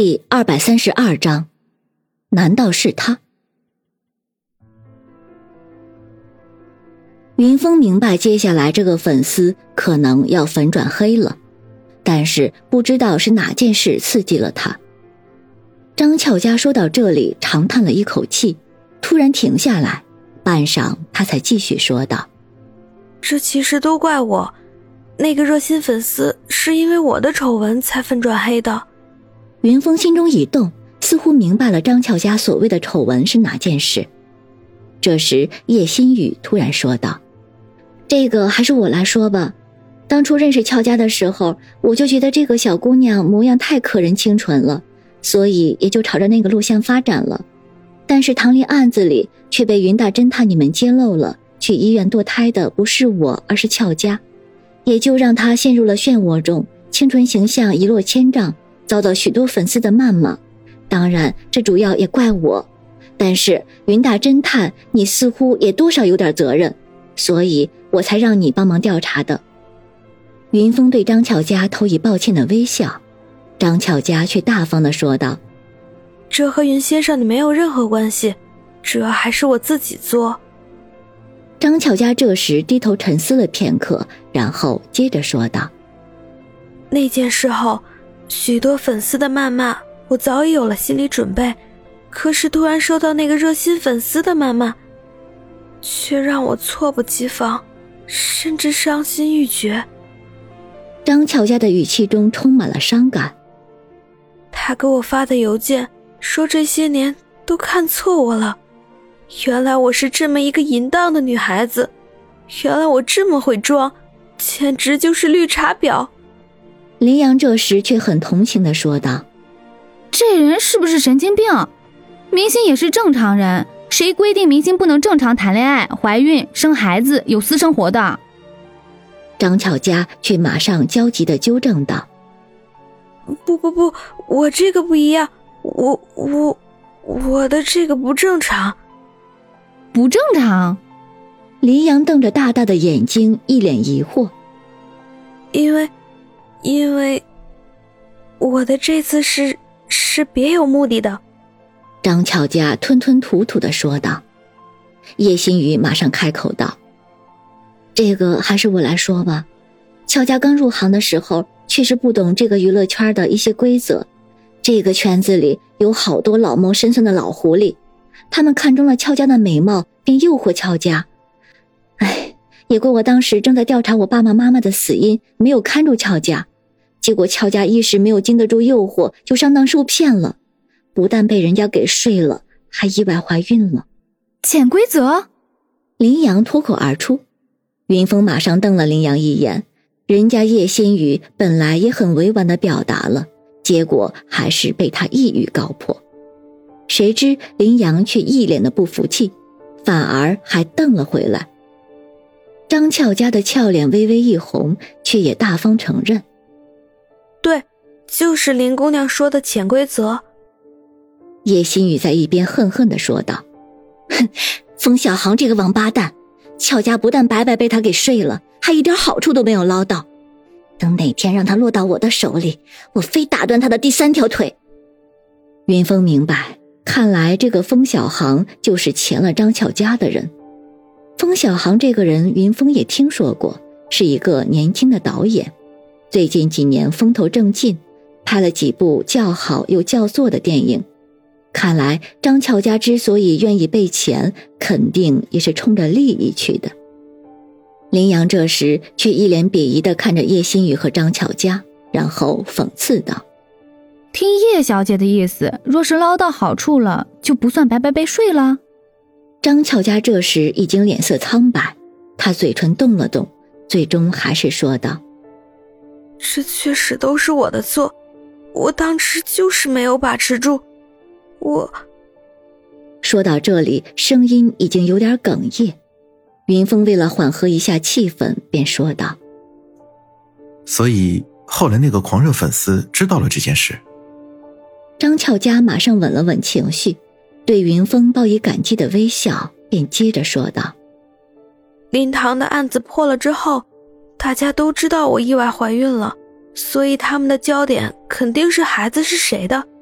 第232章，难道是他？云峰明白接下来这个粉丝可能要粉转黑了，但是不知道是哪件事刺激了他。张巧佳说到这里长叹了一口气，突然停下来，半晌他才继续说道： 这其实都怪我，那个热心粉丝是因为我的丑闻才粉转黑的。 云峰心中一动，似乎明白了张巧佳所谓的丑闻是哪件事。这时叶心雨突然说道：这个还是我来说吧。当初认识俏佳的时候，我就觉得这个小姑娘模样太可人清纯了，所以也就朝着那个路线发展了。但是唐林案子里却被云大侦探你们揭露了，去医院堕胎的不是我，而是俏佳，也就让她陷入了漩涡中，清纯形象一落千丈，遭到许多粉丝的谩骂。当然这主要也怪我，但是云大侦探你似乎也多少有点责任，所以我才让你帮忙调查的。云峰对张巧佳投以抱歉的微笑，张巧佳却大方地说道： 这和云先生你没有任何关系，这还是我自己做。 张巧佳这时低头沉思了片刻，然后接着说道： 那件事后许多粉丝的谩骂我早已有了心理准备，可是突然收到那个热心粉丝的谩骂，却让我猝不及防，甚至伤心欲绝。 张巧佳的语气中充满了伤感。 他给我发的邮件说这些年都看错我了，原来我是这么一个淫荡的女孩子，原来我这么会装，简直就是绿茶婊。 林阳这时却很同情地说道： 这人是不是神经病？明星也是正常人，谁规定明星不能正常谈恋爱、怀孕、生孩子、有私生活的？ 张巧佳却马上焦急地纠正道： 不，我这个不一样，我的这个不正常。 不正常？ 林阳瞪着大大的眼睛，一脸疑惑。 因为我的这次是别有目的的。 张巧佳吞吞吐吐地说道。叶心雨马上开口道：这个还是我来说吧。俏佳刚入行的时候确实不懂这个娱乐圈的一些规则，这个圈子里有好多老谋深算的老狐狸，他们看中了俏佳的美貌，并诱惑俏佳。也怪我当时正在调查我爸爸妈妈的死因，没有看住俏佳，结果俏佳一时没有经得住诱惑，就上当受骗了，不但被人家给睡了，还意外怀孕了。 潜规则？ 林阳脱口而出。云峰马上瞪了林阳一眼，人家叶心雨本来也很委婉地表达了，结果还是被他一语告破。谁知林阳却一脸的不服气，反而还瞪了回来。张俏佳的俏脸微微一红，却也大方承认： 对，就是林姑娘说的潜规则。 叶心雨在一边恨恨地说道：哼，冯小航这个王八蛋，俏佳不但白白被他给睡了，还一点好处都没有捞到。等哪天让他落到我的手里，我非打断他的第3条腿。云峰明白，看来这个冯小航就是潜了张巧佳的人。冯小航这个人云峰也听说过，是一个年轻的导演，最近几年风头正劲，拍了几部较好又较作的电影。看来张巧佳之所以愿意被潜，肯定也是冲着利益去的。林阳这时却一脸鄙夷地看着叶心雨和张巧佳，然后讽刺道： 听叶小姐的意思，若是捞到好处了，就不算白白被睡了？ 张巧佳这时已经脸色苍白，她嘴唇动了动，最终还是说道： 这确实都是我的错，我当时就是没有把持住。 说到这里，声音已经有点哽咽。云峰为了缓和一下气氛，便说道： 所以后来那个狂热粉丝知道了这件事。 张巧佳马上稳了稳情绪，对云峰报以感激的微笑，便接着说道： 林堂的案子破了之后，大家都知道我意外怀孕了，所以他们的焦点肯定是孩子是谁的。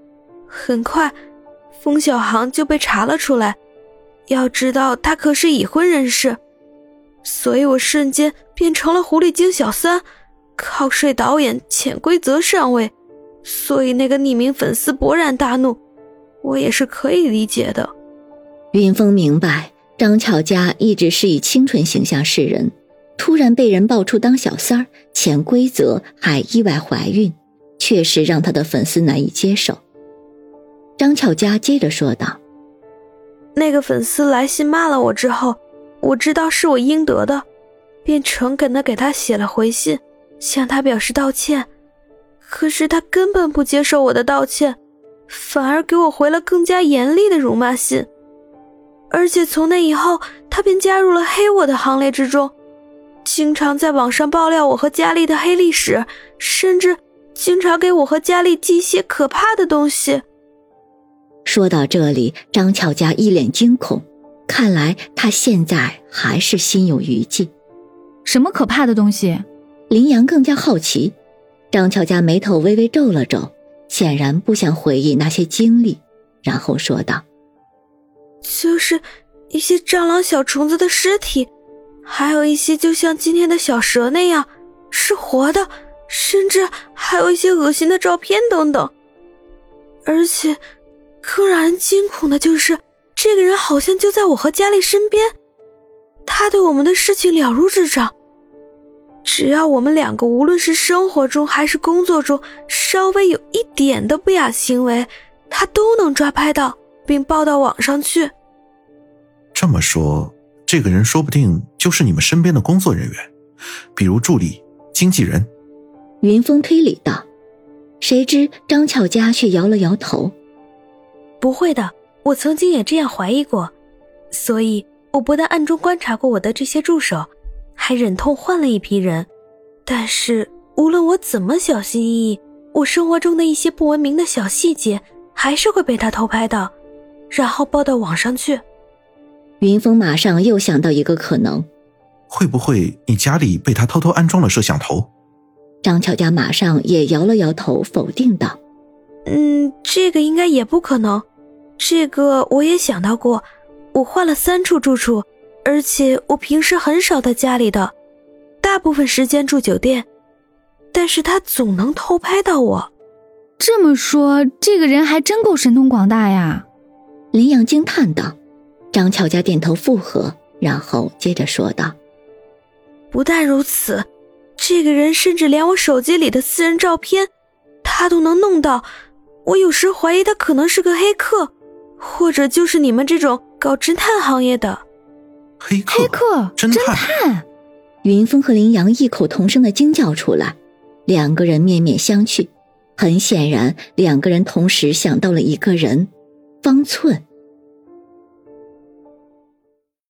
很快冯小航就被查了出来，要知道他可是已婚人士，所以我瞬间变成了狐狸精小三，靠睡导演潜规则上位，所以那个匿名粉丝勃然大怒，我也是可以理解的。 云峰明白张巧佳一直是以清纯形象示人，突然被人爆出当小三儿、潜规则还意外怀孕，确实让他的粉丝难以接受。张巧佳接着说道， 那个粉丝来信骂了我之后，我知道是我应得的，便诚恳地给他写了回信，向他表示道歉。可是他根本不接受我的道歉，反而给我回了更加严厉的辱骂信。而且从那以后，他便加入了黑我的行列之中，经常在网上爆料我和佳丽的黑历史，甚至经常给我和佳丽寄一些可怕的东西。 说到这里，张巧佳一脸惊恐，看来他现在还是心有余悸。 什么可怕的东西？ 林阳更加好奇。张巧佳眉头微微皱了皱，显然不想回忆那些经历，然后说道， 就是一些蟑螂小虫子的尸体，还有一些就像今天的小蛇那样是活的，甚至还有一些恶心的照片等等。而且更让人惊恐的就是，这个人好像就在我和佳丽身边，他对我们的事情了如指掌，只要我们两个无论是生活中还是工作中稍微有一点的不雅行为，他都能抓拍到并报到网上去。 这么说，这个人说不定就是你们身边的工作人员，比如助理、经纪人。 云峰推理道。谁知张巧佳却摇了摇头， 不会的，我曾经也这样怀疑过，所以我不但暗中观察过我的这些助手，还忍痛换了一批人。但是无论我怎么小心翼翼，我生活中的一些不文明的小细节还是会被他偷拍到，然后报到网上去。 云峰马上又想到一个可能， 会不会你家里被他偷偷安装了摄像头？ 张巧佳马上也摇了摇头，否定道， 这个应该也不可能，这个我也想到过，我换了3处住处，而且我平时很少在家里的，大部分时间住酒店，但是他总能偷拍到我。 这么说，这个人还真够神通广大呀。 林阳惊叹道。张巧佳点头附和，然后接着说道， 不但如此，这个人甚至连我手机里的私人照片他都能弄到，我有时怀疑他可能是个黑客，或者就是你们这种搞侦探行业的。 黑客？侦探？ 云峰和林阳异口同声地惊叫出来，两个人面面相觑，很显然两个人同时想到了一个人，方寸。